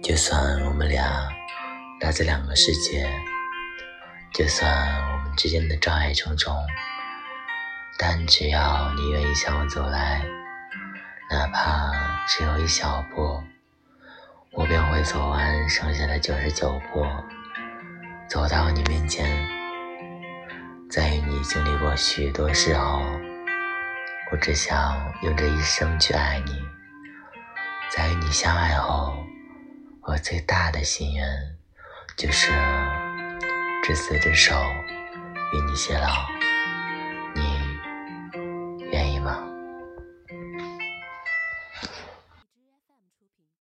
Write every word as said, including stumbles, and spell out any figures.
就算我们俩来自两个世界，就算我们之间的障碍重重，但只要你愿意向我走来，哪怕只有一小步，我便会走完剩下的九十九步，走到你面前。在与你经历过许多事后，我只想用这一生去爱你。在与你相爱后，我最大的心愿就是执子之手，与你偕老。